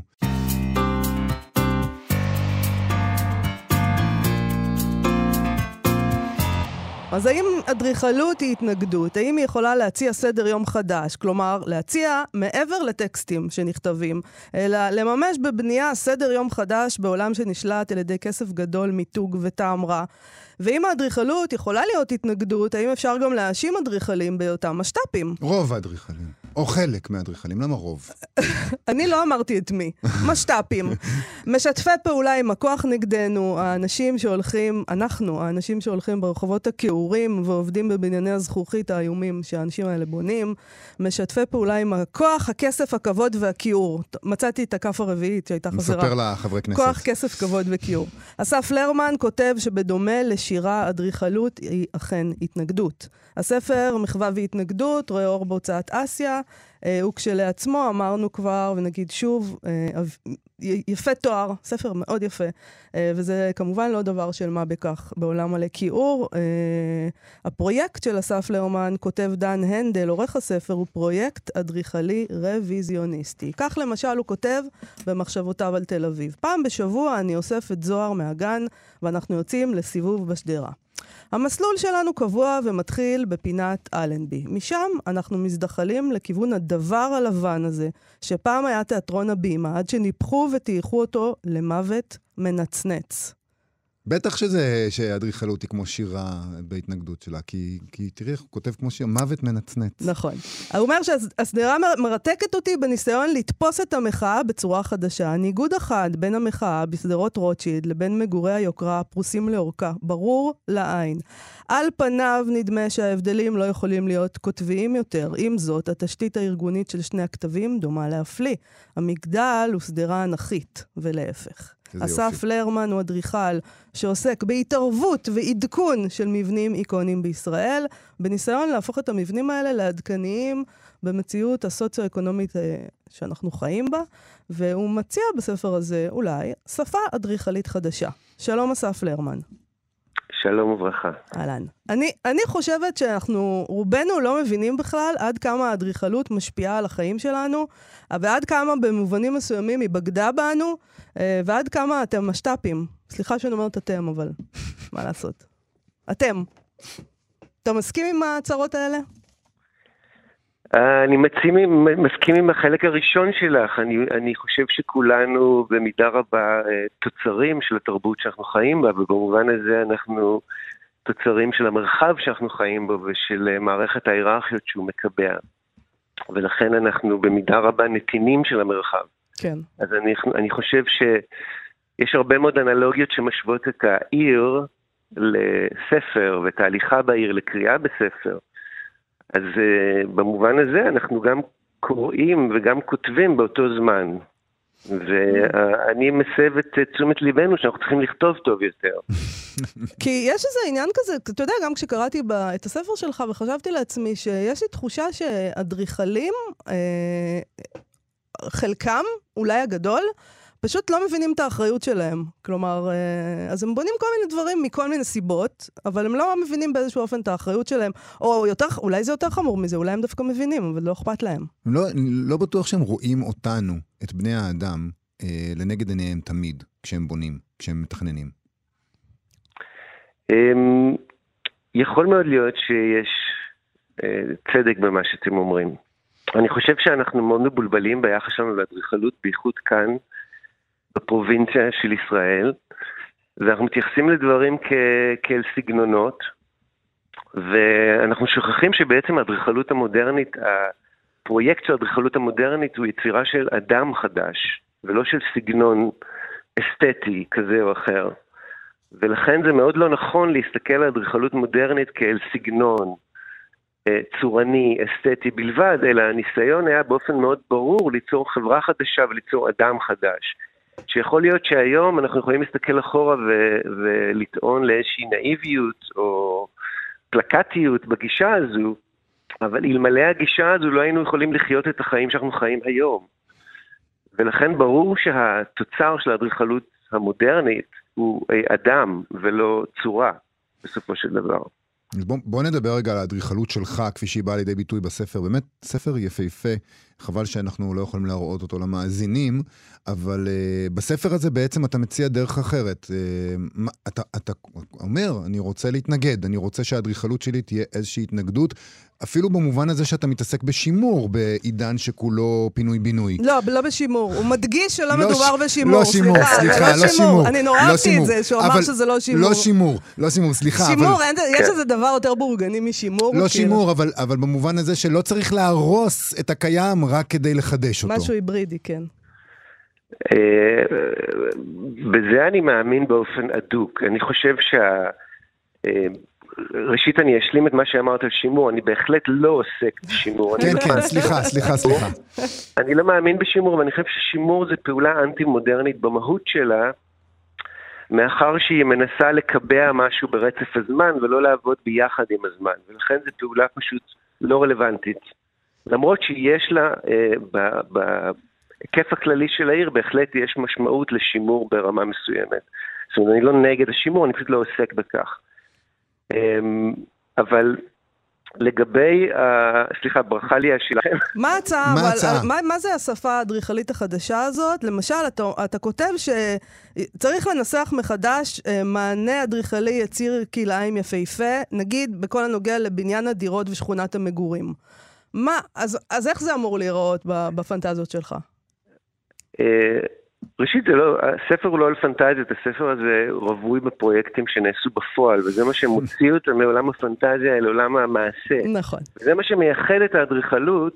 אז האם אדריכלות היא התנגדות? האם היא יכולה להציע סדר יום חדש? כלומר, להציע מעבר לטקסטים שנכתבים, אלא לממש בבנייה סדר יום חדש בעולם שנשלט על ידי כסף גדול, מיתוג וטעם רע. ואם האדריכלות יכולה להיות התנגדות, האם אפשר גם להאשים אדריכלים בהיותם משת"פים? רוב האדריכלים, או חלק מהאדריכלים, למה רוב? אני לא אמרתי את מי, משת"פים. משתפי פעולה עם הכוח נגדנו, האנשים שהולכים ברחובות הכעורים ועובדים בבנייני הזכוכית האיומים שהאנשים האלה בונים, משתפי פעולה עם הכוח, הכסף, הכבוד והכיעור. מצאתי את הכף הרביעית שהייתה חזרה. נספר לחברי כנסת. כוח, כסף, כבוד וכיעור. אסף לרמן כותב שבדומה לשירה, אדריכלות היא אכן התנגדות. הספר מחווה והתנגדות, רואה אור בהוצאת אסיה, הוא כשלעצמו, אמרנו כבר, ונגיד שוב, יפה תואר, ספר מאוד יפה, וזה כמובן לא דבר של מה בכך בעולם מלא כיעור. הפרויקט של אסף לרמן, כותב דן הנדל, עורך הספר, הוא פרויקט אדריכלי רוויזיוניסטי. כך למשל הוא כותב במחשבותיו על תל אביב. פעם בשבוע אני אוסף את זוהר מהגן, ואנחנו יוצאים לסיבוב בשדרה. המסלול שלנו קבוע ומתחיל בפינת אלנבי. משם אנחנו מזדחלים לכיוון הדבר הלבן הזה, שפעם היה תיאטרון הבימה, עד שניפחו ותייכו אותו למוות מנצנץ. בטח שהאדריכלות היא כמו שירה בהתנגדות שלה, כי תראי איך הוא כותב כמו שיר, מוות מנצנץ. נכון. הוא אומר שהסדרה מרתקת אותי בניסיון לתפוס את המחאה בצורה חדשה. ניגוד אחד בין המחאה בסדרות רוטשילד לבין מגורי היוקרה הפרוסים לאורכה, ברור לעין. על פניו נדמה שההבדלים לא יכולים להיות כותביים יותר. עם זאת, התשתית הארגונית של שני הכתבים דומה להפליא. המגדל הוא סדרה אנכית, ולהפך. אסף לרמן הוא אדריכל שעוסק בהתערבות ועדכון של מבנים איקונים בישראל, בניסיון להפוך את המבנים האלה לעדכניים במציאות הסוציו-אקונומית שאנחנו חיים בה, והוא מציע בספר הזה אולי שפה אדריכלית חדשה. שלום אסף לרמן. שלום וברכה. אהלן. אני חושבת שאנחנו רובנו לא מבינים בכלל עד כמה האדריכלות משפיעה על החיים שלנו, ועד כמה במובנים מסוימים היא בגדה בנו, ועד כמה אתם משת"פים. סליחה שאני אומרת אתם, אבל מה לעשות? אתם. אתה מסכים עם הצרות האלה? אני מסכים עם החלק הראשון שלך. אני חושב שכולנו במידה רבה תוצרים של התרבות שאנחנו חיים בה, ובמובן הזה אנחנו תוצרים של המרחב שאנחנו חיים בו ושל מערכת ההיררכיות שהוא מקבע. ולכן אנחנו במידה רבה נתינים של המרחב. כן. אז אני חושב שיש הרבה מאוד אנלוגיות שמשוות את העיר לספר ואת ההליכה בעיר לקריאה בספר. אז במובן הזה אנחנו גם קוראים וגם כותבים באותו זמן. ואני מסב את תשומת ליבנו שאנחנו צריכים לכתוב טוב יותר. כי יש איזה עניין כזה, אתה יודע, גם כשקראתי את הספר שלך וחשבתי לעצמי שיש לי תחושה שאדריכלים, חלקם, אולי הגדול, פשוט לא מבינים את האחריות שלהם. כלומר, אז הם בונים כל מיני דברים מכל מיני סיבות, אבל הם לא מבינים באיזשהו אופן את האחריות שלהם. או יותר, אולי זה יותר חמור מזה, אולי הם דווקא מבינים, אבל לא אכפת להם. לא בטוח שהם רואים אותנו, את בני האדם, לנגד עיניהם תמיד, כשהם בונים, כשהם מתכננים. יכול מאוד להיות שיש צדק במה שאתם אומרים. אני חושב שאנחנו מאוד מבולבלים ביחס שלנו לאדריכלות, בייחוד כאן, בפרובינציה של ישראל, ואנחנו מתייחסים לדברים כאל סגנונות, ואנחנו שוכחים שבעצם האדריכלות המודרנית, הפרויקט של האדריכלות המודרנית הוא יצירה של אדם חדש, ולא של סגנון אסתטי כזה או אחר. ולכן זה מאוד לא נכון להסתכל על אדריכלות מודרנית כאל סגנון צורני, אסתטי בלבד, אלא הניסיון היה באופן מאוד ברור ליצור חברה חדשה וליצור אדם חדש. שיכול להיות שהיום אנחנו יכולים להסתכל אחורה ולטעון לאיזושהי נאיביות או פלקטיות בגישה הזו, אבל אלמלא הגישה הזו לא היינו יכולים לחיות את החיים שאנחנו חיים היום. ולכן ברור שהתוצר של האדריכלות המודרנית הוא אדם ולא צורה בסופו של דבר. בוא נדבר רגע על האדריכלות שלך, כפי שהיא באה לידי ביטוי בספר. באמת ספר יפהפה, חבל שאנחנו לא יכולים להראות אותו למאזינים, אבל בספר הזה בעצם אתה מציע דרך אחרת. אתה אומר, אני רוצה להתנגד, אני רוצה שהאדריכלות שלי תהיה איזושהי התנגדות, אפילו במובן הזה שאתה מתעסק בשימור בעידן שכולו פינוי-בינוי. לא בשימור. הוא מדגיש שלא מדובר בשימור. לא שימור, סליחה, לא שימור. אני נורא אהבתי את זה, שהוא אמר שזה לא שימור. לא שימור, סליחה. שימור, יש איזה דבר יותר בורגני משימור. לא שימור, אבל במובן הזה שלא צריך להרוס את הקיים רק כדי לחדש אותו. משהו היברידי, כן. בזה אני מאמין באופן אדוק. אני חושב ראשית אני אשלים את מה שאמרת על שימור, אני בהחלט לא עוסק בשימור. כן, סליחה. אני לא מאמין בשימור, ואני חושב ששימור זה פעולה אנטי-מודרנית במהות שלה, מאחר שהיא מנסה לקבע משהו ברצף הזמן, ולא לעבוד ביחד עם הזמן, ולכן זו פעולה פשוט לא רלוונטית. למרות שיש לה, בהיקף הכללי של העיר, בהחלט יש משמעות לשימור ברמה מסוימת. זאת אומרת, אני לא נגד השימור, אני פשוט לא עוסק בכך. אבל לגבי, סליחה, ברכה לי השאלה. מה ההצעה? מה זה השפה האדריכלית החדשה הזאת? למשל, אתה כותב שצריך לנסח מחדש מענה אדריכלי יציר כלאיים יפהפה, נגיד בכל הנוגע לבניין הדירות ושכונת המגורים. אז איך זה אמור להיראות בפנטזיות שלך? ראשית, הספר הוא לא על פנטזיות, הספר הזה רווי בפרויקטים שנעשו בפועל, וזה מה שמוציא אותם מעולם הפנטזיה אל עולם המעשה. נכון. וזה מה שמייחד את האדריכלות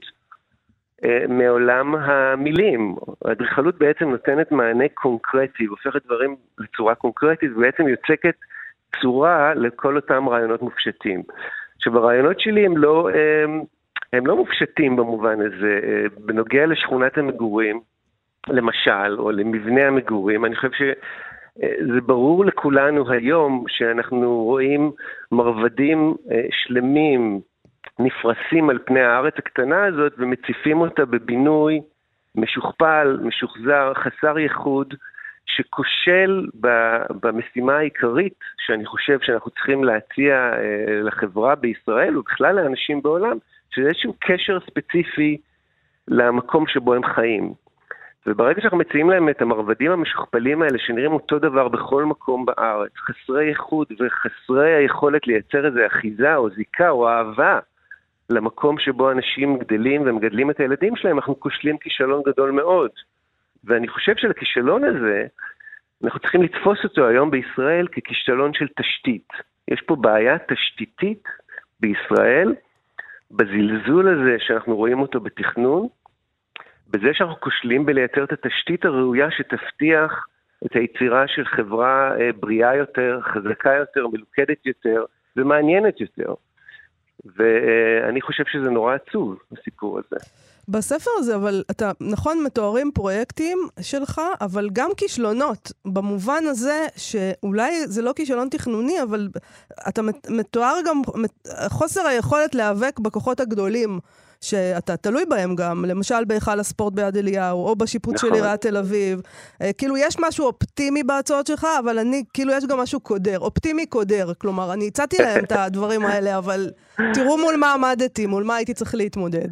מעולם המילים. האדריכלות בעצם נותנת מענה קונקרטי, הופכת דברים לצורה קונקרטית, ובעצם יוצקת צורה לכל אותם רעיונות מופשטים. עכשיו, הרעיונות שלי הם לא מופשטים במובן הזה. בנוגע לשכונת המגורים, למשל, או למבנה המגורים, אני חושב שזה ברור לכולנו היום שאנחנו רואים מרבדים שלמים נפרסים על פני הארץ הקטנה הזאת ומציפים אותה בבינוי משוכפל, משוחזר, חסר ייחוד, שכושל במשימה העיקרית שאני חושב שאנחנו צריכים להציע לחברה בישראל ובכלל לאנשים בעולם, שזה איזשהו קשר ספציפי למקום שבו הם חיים. וברגע שאנחנו מציעים להם את המרבדים המשוכפלים האלה, שנראים אותו דבר בכל מקום בארץ, חסרי ייחוד וחסרי היכולת לייצר איזו אחיזה או זיקה או אהבה למקום שבו אנשים גדלים ומגדלים את הילדים שלהם, אנחנו כושלים כישלון גדול מאוד. ואני חושב שלכישלון הזה, אנחנו צריכים לתפוס אותו היום בישראל ככישלון של תשתית. יש פה בעיה תשתיתית בישראל, בזלזול הזה שאנחנו רואים אותו בתכנון, בזה שאנחנו כושלים בלייצר את התשתית הראויה שתבטיח את היצירה של חברה בריאה יותר, חזקה יותר, מלוכדת יותר ומעניינת יותר. ואני חושב שזה נורא עצוב, הסיפור הזה. בספר הזה, אבל אתה נכון מתוארים פרויקטים שלך, אבל גם כישלונות, במובן הזה שאולי זה לא כישלון תכנוני, אבל אתה מתואר גם חוסר היכולת להיאבק בכוחות הגדולים, שאתה תלוי בהם גם, למשל בהיכל הספורט ביד אליהו, או בשיפוט של עיריית תל אביב. כאילו יש משהו אופטימי בהצעות שלך, אבל כאילו יש גם משהו קודר, אופטימי קודר. כלומר, אני הצעתי להם את הדברים האלה, אבל תראו מול מה עמדתי, מול מה הייתי צריך להתמודד.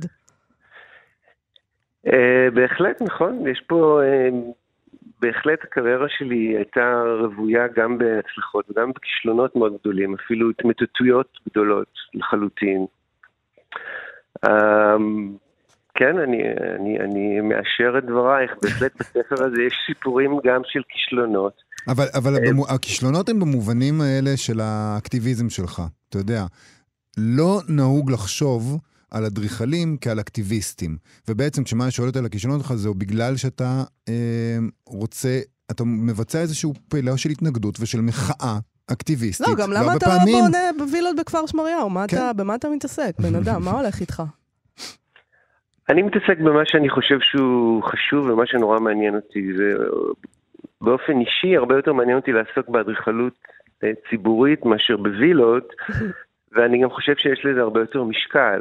בהחלט, נכון. יש פה, בהחלט הקריירה שלי הייתה רבויה גם בהצלחות וגם בכישלונות מאוד גדולים, אפילו התמוטטויות גדולות לחלוטין. כן, אני מאשר את דברייך. בהחלט בספר הזה יש סיפורים גם של כישלונות. אבל הכישלונות הם במובנים האלה של האקטיביזם שלך. אתה יודע, לא נהוג לחשוב על אדריכלים כעל אקטיביסטים. ובעצם כשמה שואלת על הכישלונות שלך, זהו בגלל שאתה אתה מבצע איזשהו פעולה של התנגדות ושל מחאה אקטיביסטית. לא, גם למה אתה בונה בווילות בכפר שמריהו? במה אתה מתעסק, בן אדם? מה הולך איתך? אני מתעסק במה שאני חושב שהוא חשוב ומה שנורא מעניין אותי. באופן אישי הרבה יותר מעניין אותי לעסוק באדריכלות ציבורית מאשר בווילות, ואני גם חושב שיש לזה הרבה יותר משקל.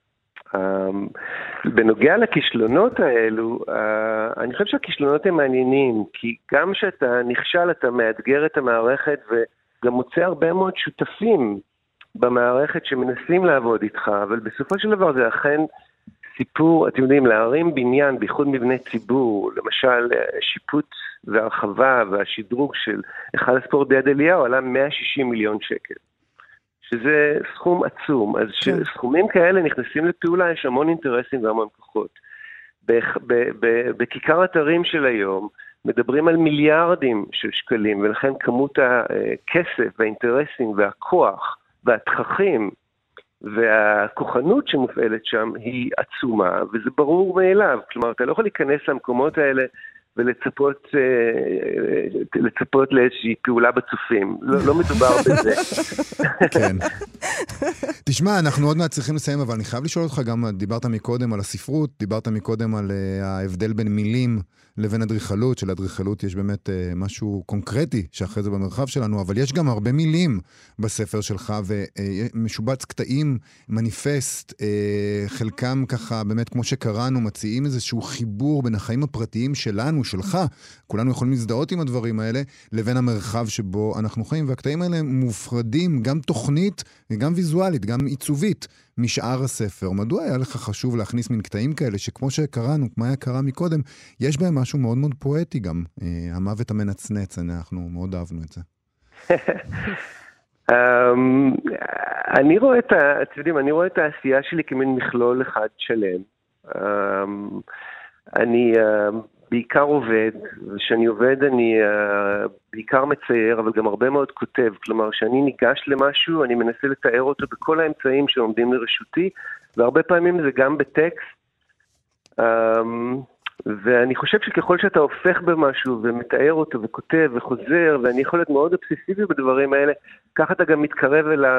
בנוגע לכישלונות האלו, אני חושב שהכישלונות הם מעניינים, כי גם שאתה נכשל, אתה מאתגר את המערכת וגם מוצא הרבה מאוד שותפים במערכת שמנסים לעבוד איתך, אבל בסופו של דבר זה אכן סיפור, אתם יודעים, להרים בניין, בייחוד מבני ציבור, למשל שיפוץ והרחבה והשדרוג של היכל הספורט ביד אליהו עלה 160 מיליון שקל. שזה סכום עצום. אז שסכומים כאלה נכנסים לפעולה, יש המון אינטרסים והמון כוחות. בכיכר אתרים של היום מדברים על מיליארדים של שקלים, ולכן כמות הכסף והאינטרסים והכוח והתככים והכוחנות שמופעלת שם היא עצומה, וזה ברור מאליו. כלומר, אתה לא יכול להיכנס למקומות האלה ולצפות לאיזושהי פעולה בצופים. לא מדובר בזה. כן. תשמע, אנחנו עוד מעט צריכים לסיים, אבל אני חייב לשאול אותך גם, דיברת מקודם על הספרות, דיברת מקודם על ההבדל בין מילים לבין אדריכלות, שלאדריכלות יש באמת משהו קונקרטי שאחרי זה במרחב שלנו, אבל יש גם הרבה מילים בספר שלך, ומשובץ קטעים, מניפסט, חלקם ככה באמת כמו שקראנו, מציעים איזשהו חיבור בין החיים הפרטיים שלנו, שלך, כולנו יכולים להזדהות עם הדברים האלה, לבין המרחב שבו אנחנו חיים, והקטעים האלה מופרדים גם תוכנית וגם ויזואלית, גם עיצובית משאר הספר. מדוע היה לך חשוב להכניס מן קטעים כאלה, שכמו שקראנו, כמו היה קרה מקודם, יש בהם משהו מאוד מאוד פואטי גם, המוות המנצנץ, אנחנו מאוד אהבנו את זה. אני רואה אני רואה את העשייה שלי כמין מכלול אחד שלם. אני בעיקר עובד, ושאני עובד אני בעיקר מצייר, אבל גם הרבה מאוד כותב. כלומר, שאני ניגש למשהו, אני מנסה לתאר אותו בכל האמצעים שעומדים לרשותי, והרבה פעמים זה גם בטקסט. ואני חושב שככל שאתה הופך במשהו ומתאר אותו וכותב וחוזר, ואני יכול להיות מאוד אובססיבי בדברים האלה, ככה אתה גם מתקרב אליו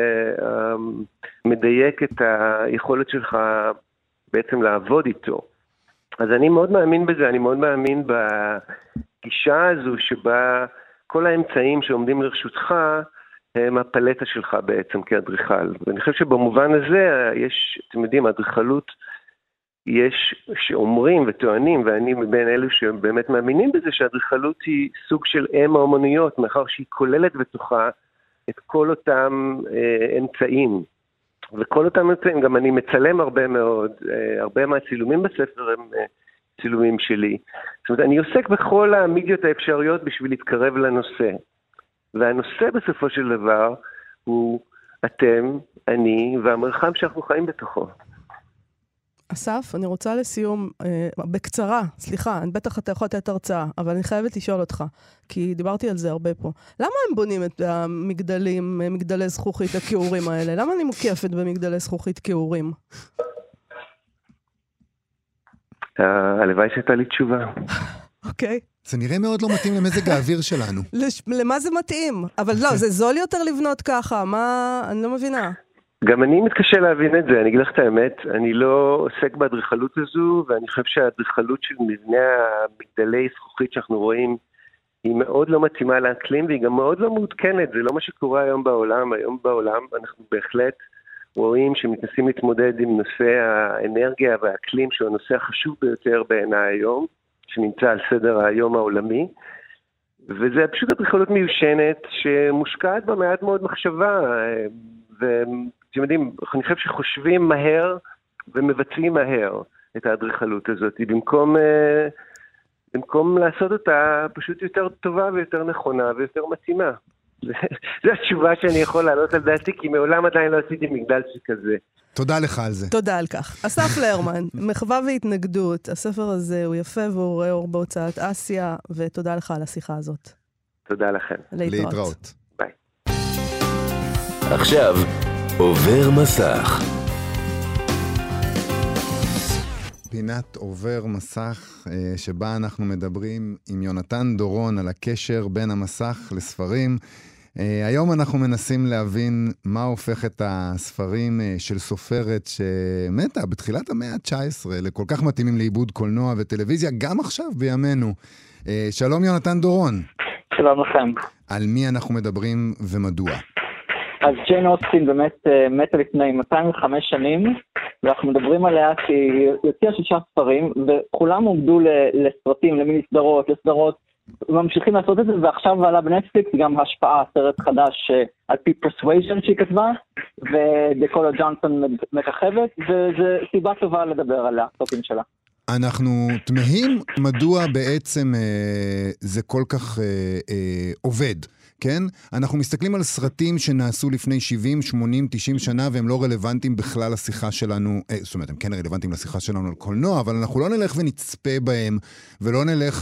ומדייק את היכולת שלך בעצם לעבוד איתו. אז אני מאוד מאמין בזה, אני מאוד מאמין בגישה הזו שבה כל האמצעים שעומדים לרשותך הם הפלטה שלך בעצם כאדריכל. ואני חושב שבמובן הזה יש, אתם יודעים, אדריכלות יש שאומרים וטוענים, ואני מבין אלו שבאמת מאמינים בזה, שהאדריכלות היא סוג של אם האומנויות, מאחר שהיא כוללת בתוכה את כל אותם אמצעים. וכל אותם אמצעים, גם אני מצלם הרבה מאוד, הרבה מהצילומים בספר הם צילומים שלי. זאת אומרת, אני עוסק בכל המדיות האפשריות בשביל להתקרב לנושא. והנושא בסופו של דבר הוא אתם, אני והמרחב שאנחנו חיים בתוכו. אסף, אני רוצה לסיום, בקצרה, סליחה, בטח אתה יכול לתת הרצאה, אבל אני חייבת לשאול אותך, כי דיברתי על זה הרבה פה. למה הם בונים את המגדלים, מגדלי זכוכית הכיעורים האלה? למה אני מוקפת במגדלי זכוכית כיעורים? הלוואי שהייתה לי תשובה. אוקיי. זה נראה מאוד לא מתאים למזג האוויר שלנו. למה זה מתאים? אבל לא, זה זול יותר לבנות ככה, מה? אני לא מבינה. גם אני מתקשה להבין את זה, אני אגיד לך את האמת, אני לא עוסק באדריכלות הזו, ואני חושב שהאדריכלות של מבנה המגדלי זכוכית שאנחנו רואים, היא מאוד לא מתאימה לאקלים, והיא גם מאוד לא מעודכנת, זה לא מה שקורה היום בעולם. היום בעולם אנחנו בהחלט רואים שמתנסים להתמודד עם נושא האנרגיה והאקלים, שהוא הנושא החשוב ביותר בעיניי היום, שנמצא על סדר היום העולמי, וזה פשוט אדריכלות מיושנת, שמושקעת בה מעט מאוד מחשבה, אתם יודעים, אני חושב שחושבים מהר ומבצעים מהר את האדריכלות הזאת, במקום לעשות אותה פשוט יותר טובה ויותר נכונה ויותר מתאימה. זו התשובה שאני יכול לעלות על דעתי, כי מעולם עדיין לא עשיתי מגדל שכזה. תודה לך על זה. תודה על כך. אסף לרמן, מחווה והתנגדות, הספר הזה הוא יפה והוא רואה אור בהוצאת אסיה, ותודה לך על השיחה הזאת. תודה לכם. להתראות. ביי. עכשיו, עובר מסך. פינת עובר מסך, שבה אנחנו מדברים עם יונתן דורון על הקשר בין המסך לספרים. היום אנחנו מנסים להבין מה הופך את הספרים של סופרת שמתה בתחילת המאה ה-19 לכל כך מתאימים לעיבוד קולנוע וטלוויזיה, גם עכשיו בימינו. שלום יונתן דורון. שלום לכם. על מי אנחנו מדברים ומדוע? אז ג'יין אוסטין באמת מתה לפני 205 שנים, ואנחנו מדברים עליה כי היא הוציאה 6 ספרים, וכולם עומדו לסרטים, למיני סדרות, ממשיכים לעשות את זה, ועכשיו עלה בנטפליקס גם השפעה, סרט חדש על פי פרסוויז'ן שהיא כתבה, ודקולה ג'ונסון מככבת, וזו סיבה טובה לדבר על הסרטים שלה. אנחנו תמהים מדוע בעצם זה כל כך עובד. כן? אנחנו מסתכלים על סרטים שנעשו לפני 70, 80, 90 שנה, והם לא רלוונטיים בכלל לשיחה שלנו, זאת אומרת, הם כן רלוונטיים לשיחה שלנו על קולנוע, אבל אנחנו לא נלך ונצפה בהם, ולא נלך,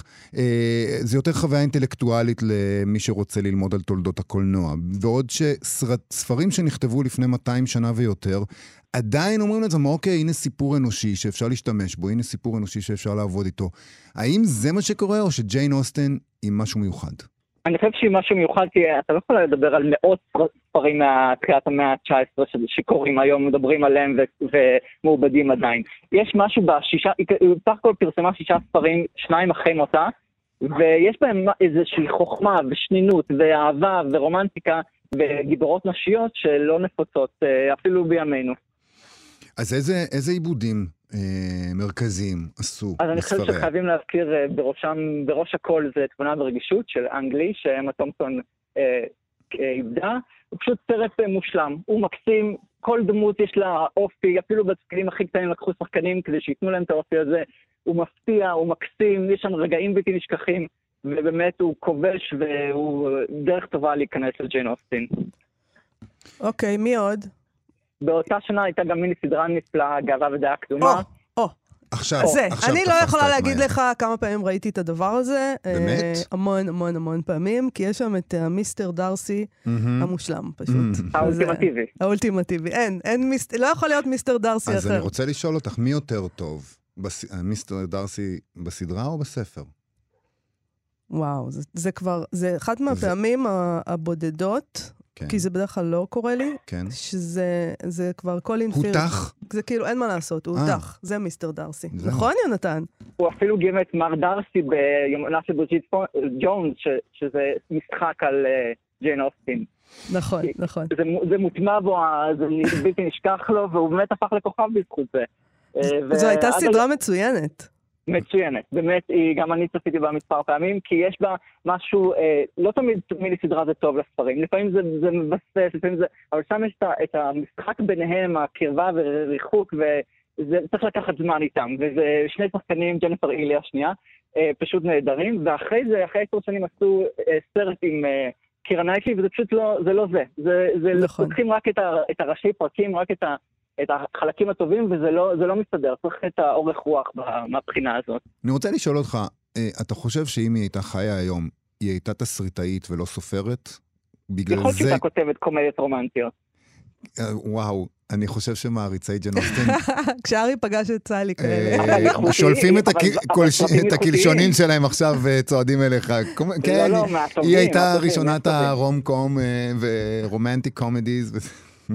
זה יותר חוויה אינטלקטואלית למי שרוצה ללמוד על תולדות הקולנוע. ועוד שספרים שנכתבו לפני 200 שנה ויותר, עדיין אומרים לעצמם, אוקיי, הנה סיפור אנושי שאפשר להשתמש בו, הנה סיפור אנושי שאפשר לעבוד איתו. האם זה מה שקורה, או שג'יין אוסטן היא משהו מיוחד? אני חושב שהיא משהו מיוחד, כי אתה לא יכול לדבר על מאות ספרים מתחילת המאה ה-19 שקוראים היום, מדברים עליהם ומעובדים עדיין. יש משהו בשישה, היא בסך הכל פרסמה 6 ספרים, 2 אחרי מותה, ויש בהם איזושהי חוכמה ושנינות ואהבה ורומנטיקה וגיבורות נשיות שלא נפוצות, אפילו בימינו. אז איזה עיבודים מרכזיים עשו בספריה? אז אני חושב שחייבים להזכיר בראש הכל זה תבונה ורגישות של אנגלי, שאמה תומפסון עיבדה. הוא פשוט סרט מושלם, הוא מקסים, כל דמות יש לה אופי, אפילו בתפקידים הכי קטנים לקחו שחקנים כדי שיתנו להם את האופי הזה. הוא מפתיע, הוא מקסים, יש שם רגעים בלתי נשכחים, ובאמת הוא כובש והוא דרך טובה להיכנס לג'יין אוסטין. אוקיי, מי עוד? באותה שנה הייתה גם מיני סדרה נפלאה, גאווה ודעה קדומה. עכשיו אני לא יכולה להגיד לך כמה פעמים ראיתי את הדבר הזה. באמת? המון פעמים, כי יש שם את מיסטר דארסי המושלם פשוט. האולטימטיבי. האולטימטיבי. לא יכול להיות מיסטר דארסי אחר. אז אני רוצה לשאול אותך, מי יותר טוב? מיסטר דארסי בסדרה או בספר? וואו, זה אחת מהפעמים הבודדות, כי זה בדרך כלל לא קורה לי, שזה כבר כל אינפיר. הותח? זה כאילו אין מה לעשות, הוא הותח. זה מיסטר דארסי. נכון, יונתן? הוא אפילו גימה את מר דארסי ביומנה של בריג'יט ג'ונס, שזה משחק על ג'יין אוסטין. נכון. זה מוטמע בו, זה בלתי נשכח לו, והוא באמת הפך לכוכב בזכות זה. זו הייתה סדרה מצוינת. מצוינת, באמת, גם אני צפיתי בה מספר פעמים, כי יש בה משהו, לא תמיד מיני סדרה זה טוב לספרים, לפעמים זה מבסס, לפעמים זה, אבל שם יש את המשחק ביניהם, הקרבה וריחוק, וזה צריך לקחת זמן איתם, וזה 2 שחקנים, ג'ניפר אילי השנייה, פשוט נהדרים, ואחרי זה, אחרי 10 שנים עשו סרט עם קירה נייטלי, וזה פשוט לא זה, זה לוקחים רק את הראשי פרקים, רק את החלקים הטובים, וזה לא מסתדר, צריך את האורך רוח מהבחינה הזאת. אני רוצה לשאול אותך, אתה חושב שאם היא הייתה חיה היום, היא הייתה תסריטאית ולא סופרת? יכול שהייתה כותבת קומדיות רומנטיות. וואו, אני חושב שמעריצי ג'יין אוסטן... כשארי פגש את צהלי כאלה. שולפים את הקלשונים שלהם עכשיו וצועדים אליך. כן, היא הייתה ראשונת הרום-קום ורומנטיק קומדיז.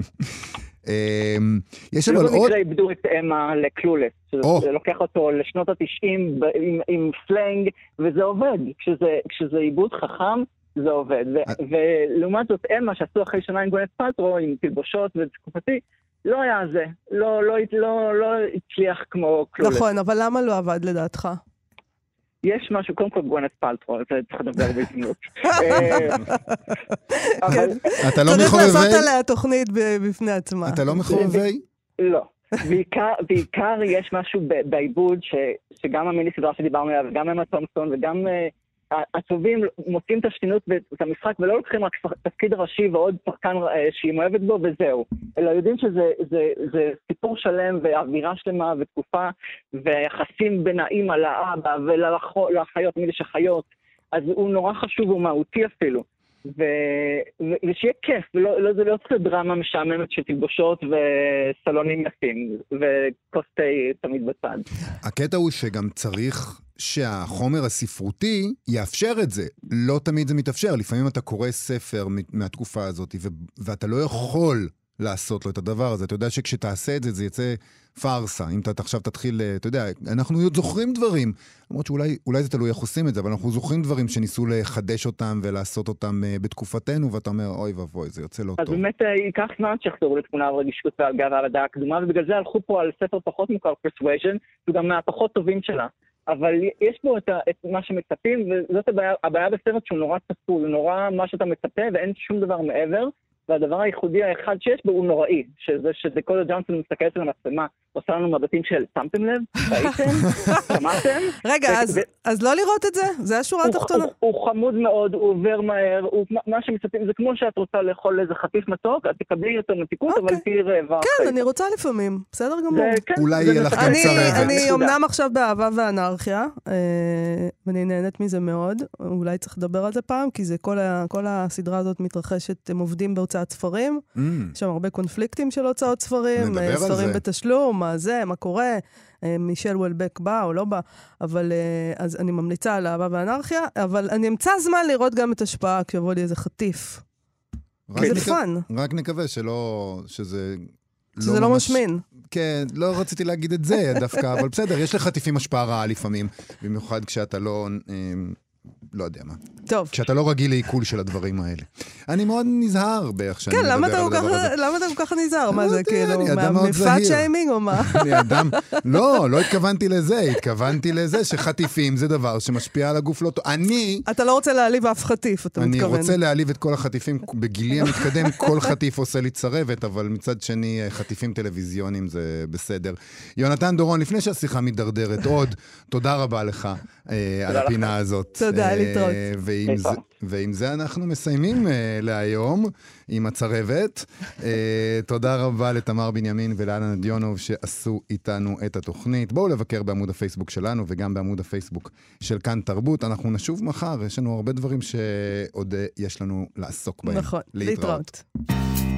יש אבל עוד... במקרה איבדו את אמה לקלולס, שזה לוקח אותו לשנות ה-90 עם סלנג, וזה עובד. כשזה עיבוד חכם, זה עובד. ולעומת זאת, אמה שעשו אחרי שנה עם גווינית פלטרו, עם תלבושות ותקופתי, לא היה זה. לא הצליח כמו קלולס. נכון, אבל למה לא עבד לדעתך? יש משהו, קודם כל גווינית פלטרו, זה צריך לדבר בהזדמנות. אתה לא מחובבי? צריך לעשות עליה תוכנית בפני עצמה. אתה לא מחובבי? לא. בעיקר יש משהו בעיבוד שגם המיני סדרה שדיברנו עליה, וגם אמה תומפסון, וגם הטובים מוצאים את השתינות ואת המשחק, ולא לוקחים רק תפקיד ראשי ועוד שחקן שהיא מאוהבת בו וזהו. אלא יודעים שזה סיפור שלם ואווירה שלמה ותקופה, ויחסים בין האמא לאבא ולאחיות, מי שחיות. אז הוא נורא חשוב, הוא מהותי אפילו. ושיהיה כיף, זה לא צריך דרמה משעממת של תלבושות וסלונים יפים, וכוס תה תמיד בצד. הקטע הוא שגם צריך שהחומר הספרותי יאפשר את זה. לא תמיד זה מתאפשר. לפעמים אתה קורא ספר מהתקופה הזאת, ואתה לא יכול לעשות לו את הדבר הזה. אתה יודע שכשתעשה את זה, זה יצא פארסה. אם אתה עכשיו תתחיל, אתה יודע, אנחנו זוכרים דברים, למרות שאולי זה תלוי איך עושים את זה, אבל אנחנו זוכרים דברים שניסו לחדש אותם ולעשות אותם בתקופתנו, ואתה אומר, אוי ואבוי, זה יוצא לא טוב. אז באמת ייקח זמן שיחזרו לתמונה ורגישות והגעה על הדעה הקדומה, ובגלל זה הלכו פה על ספר פחות מוכר, Persuasion, וגם מהפחות טובים שלה. אבל יש בו את מה שמצפים, וזאת הבעיה בסרט שהוא נורא צפוי, נורא מה שאתה מצפה, ואין שום דבר מעבר. והדבר הייחודי האחד שיש בו הוא נוראי, שזה כל ג'ונסון מסתכלת על המצלמה, עושה לנו מבטים של שמתם לב? ראיתם? שמעתם? רגע, אז לא לראות את זה? זה השורה התחתונה? הוא חמוד מאוד, הוא עובר מהר, מה שמצפים, זה כמו שאת רוצה לאכול איזה חטיף מתוק, את תקבלי יותר מתיקות, אבל תהי רעבה. כן, אני רוצה לפעמים, בסדר גמור. אולי יהיה לך גם צרבת. אני אומנם עכשיו באהבה ואנרכיה, ואני נהנית מזה מאוד, אולי צריך לדבר על זה פעם, כי כל הסדרה הזאת מתרחשת, הם עובדים בהוצאת ספרים, יש שם הרבה קונפליקטים של הוצאות ספרים, ספרים בתשלום, מה זה, מה קורה, מישל וולבק בא או לא בא, אבל אז אני ממליצה על אהבה ואנרכיה, אבל אני אמצא זמן לראות גם את השפעה, כשיבוא לי איזה חטיף. זה פן. רק נקווה שזה לא משמין. כן, לא רציתי להגיד את זה דווקא, אבל בסדר, יש לחטיפים השפעה רעה לפעמים, במיוחד כשאתה לא יודע מה. טוב. כשאתה לא רגיל לעיכול של הדברים האלה. אני מאוד נזהר באיך שאני מדבר על הדבר הזה. למה אתה כל כך נזהר? מה זה, כאילו, מפת שיימינג או מה? אני אדם, לא התכוונתי לזה שחטיפים זה דבר שמשפיע על הגוף לא טוב. אתה לא רוצה להעליב אף חטיף, אתה מתכוון. אני רוצה להעליב את כל החטיפים, בגילי המתקדם, כל חטיף עושה לי צרבת, אבל מצד שני, חטיפים טלוויזיונים זה בסדר. יונתן דורון, לפני שהשיחה מדרדרת עוד, תודה רבה לך על הפינה הזאת. תודה, להתראות. ועם זה אנחנו מסיימים להיום עם הצרבת. תודה רבה לתמר בנימין ולאלנה דיונוב שעשו איתנו את התוכנית. בואו לבקר בעמוד הפייסבוק שלנו וגם בעמוד הפייסבוק של כאן תרבות. אנחנו נשוב מחר, יש לנו הרבה דברים שעוד יש לנו לעסוק בהם. נכון, להתראות.